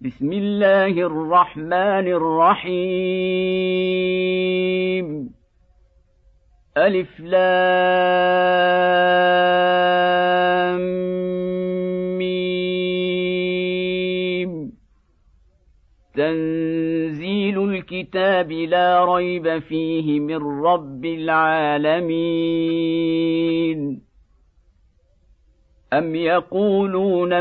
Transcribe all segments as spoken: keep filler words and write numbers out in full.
بسم الله الرحمن الرحيم ألف لام ميم تنزيل الكتاب لا ريب فيه من رب العالمين أم يقولون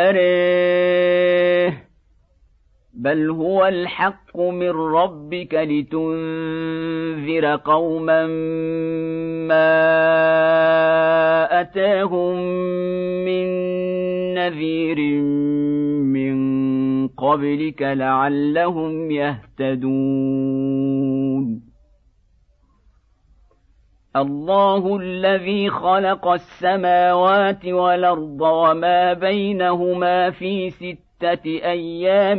افتريه بل هو الحق من ربك لتنذر قوما ما أتاهم من نذير من قبلك لعلهم يهتدون الله الذي خلق السماوات والأرض وما بينهما في ستة أيام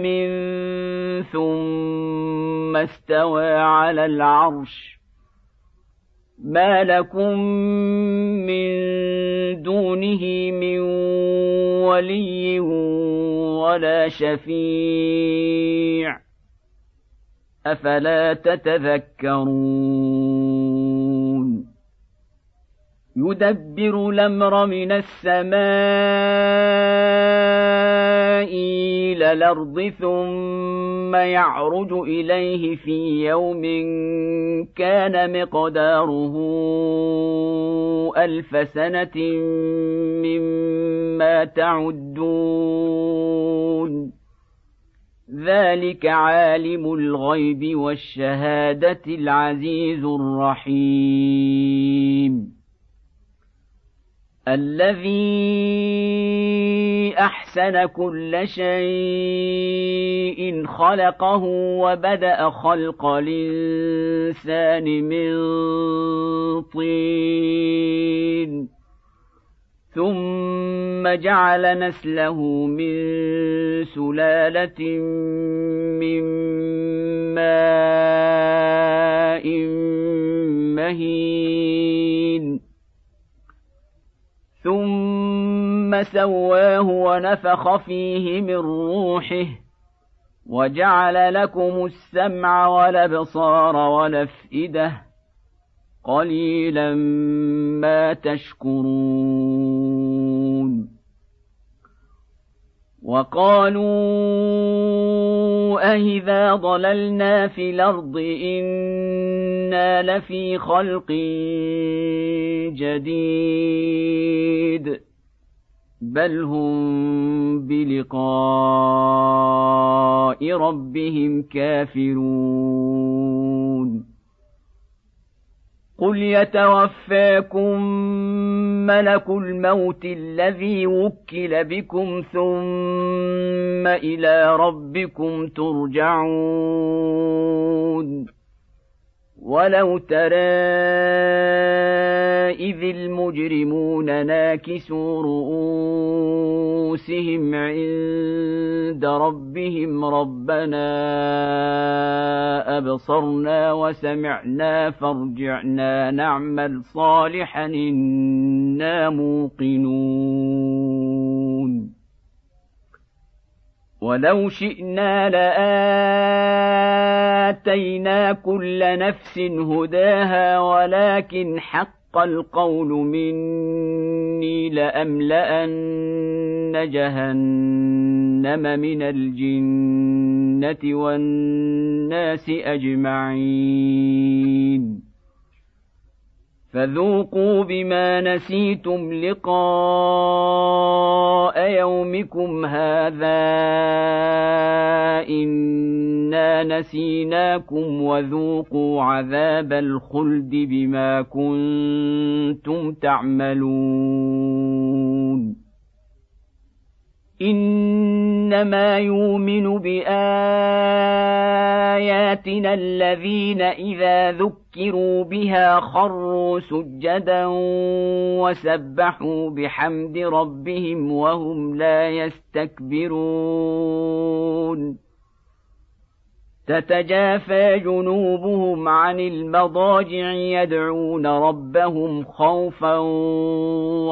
ثم استوى على العرش ما لكم من دونه من ولي ولا شفيع أفلا تتذكرون يدبر الأمر من السماء إلى الأرض ثم يعرج إليه في يوم كان مقداره ألف سنة مما تعدون ذلك عالم الغيب والشهادة العزيز الرحيم الذي أحسن كل شيء خلقه وبدأ خلق الإنسان من طين ثم جعل نسله من سلالة من ماء مهين ثم سواه ونفخ فيه من روحه وجعل لكم السمع والأبصار والأفئدة قليلا ما تشكرون وقالوا أإذا ضللنا في الأرض إنا لفي خلق جديد بل هم بلقاء ربهم كافرون قل يتوفاكم ملك الموت الذي وكل بكم ثم إلى ربكم ترجعون ولو ترى إذ المجرمون ناكسوا رؤوسهم عند ربهم ربنا أبصرنا وسمعنا فارجعنا نعمل صالحا إنا موقنون ولو شئنا لآتينا كل نفس هداها ولكن حق القول مني لأملأن جهنم من الجنة والناس أجمعين فذوقوا بما نسيتم لقاء يومكم هذا إنا نسيناكم وذوقوا عذاب الخلد بما كنتم تعملون إنما يؤمن بآياتنا الذين إذا ذكروا بها خروا سجدا وسبحوا بحمد ربهم وهم لا يستكبرون تتجافى جنوبهم عن المضاجع يدعون ربهم خوفا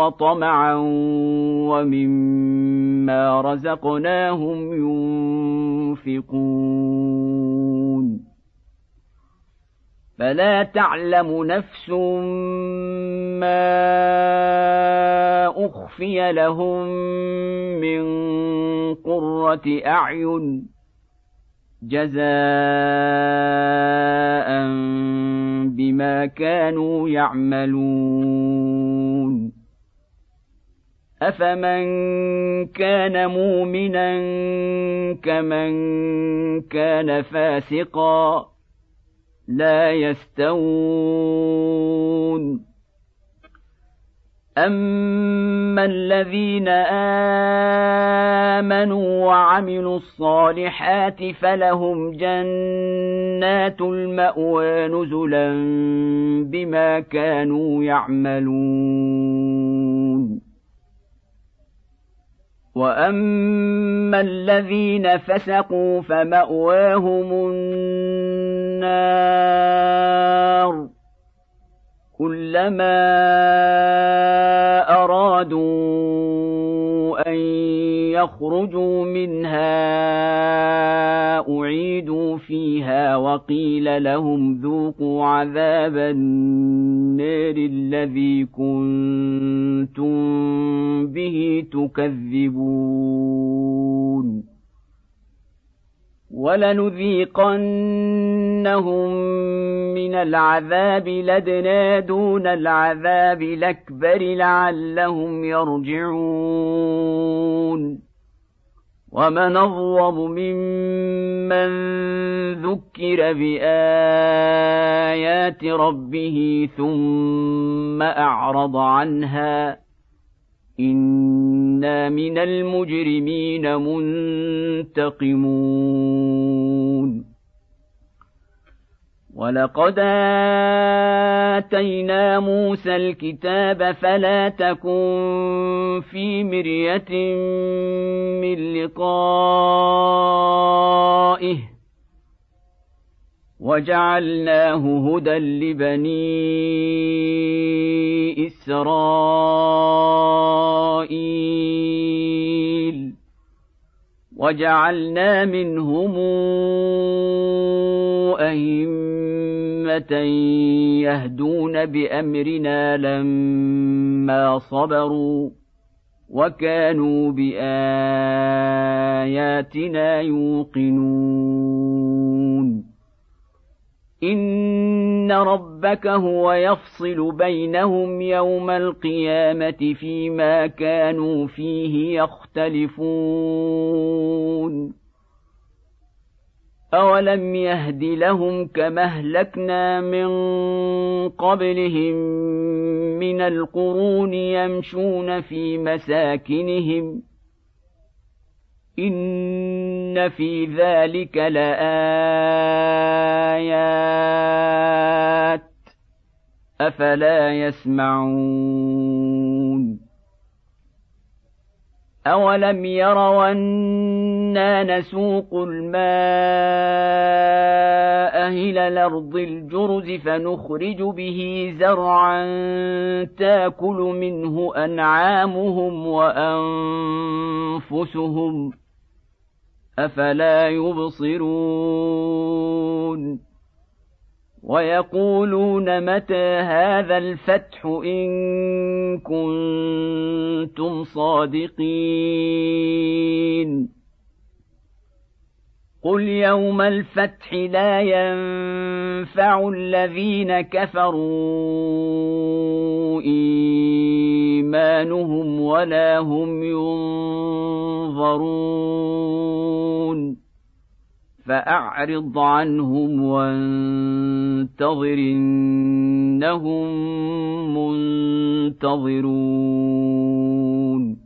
وطمعا ومما رزقناهم ينفقون ينفقون فلا تعلم نفس ما أخفي لهم من قرة أعين جزاء بما كانوا يعملون أفمن كان مؤمنا كمن كان فاسقا لا يستوون أما الذين آمنوا وعملوا الصالحات فلهم جنات المأوى نزلا بما كانوا يعملون وأما الذين فسقوا فمأواهم النار كلما أرادوا أن يخرجوا منها أعيدوا فيها وقيل لهم ذوقوا عذاب النار الذي كنتم به تكذبون ولنذيقنهم من العذاب الأدنى دون العذاب الأكبر لعلهم يرجعون ومن أظلم ممن ذكر بآيات ربه ثم أعرض عنها إنا من المجرمين منتقمون ولقد آتينا موسى الكتاب فلا تكن في مرية من لقائه وجعلناه هدى لبني إسرائيل وجعلنا منهم أئمة يهدون بأمرنا لما صبروا وكانوا بآياتنا يوقنون إن ربك هو يفصل بينهم يوم القيامة فيما كانوا فيه يختلفون أولم يهد لهم كما أهلكنا من قبلهم من القرون يمشون في مساكنهم إن في ذلك لآيات أفلا يسمعون أولم يروا أنا نسوق الماء إلى الأرض الجرز فنخرج به زرعا تاكل منه أنعامهم وأنفسهم أفلا يبصرون ويقولون متى هذا الفتح إن كنتم صادقين قل يوم الفتح لا ينفع الذين كفروا إيمانهم ولا هم ينظرون فأعرض عنهم وانتظر إنهم منتظرون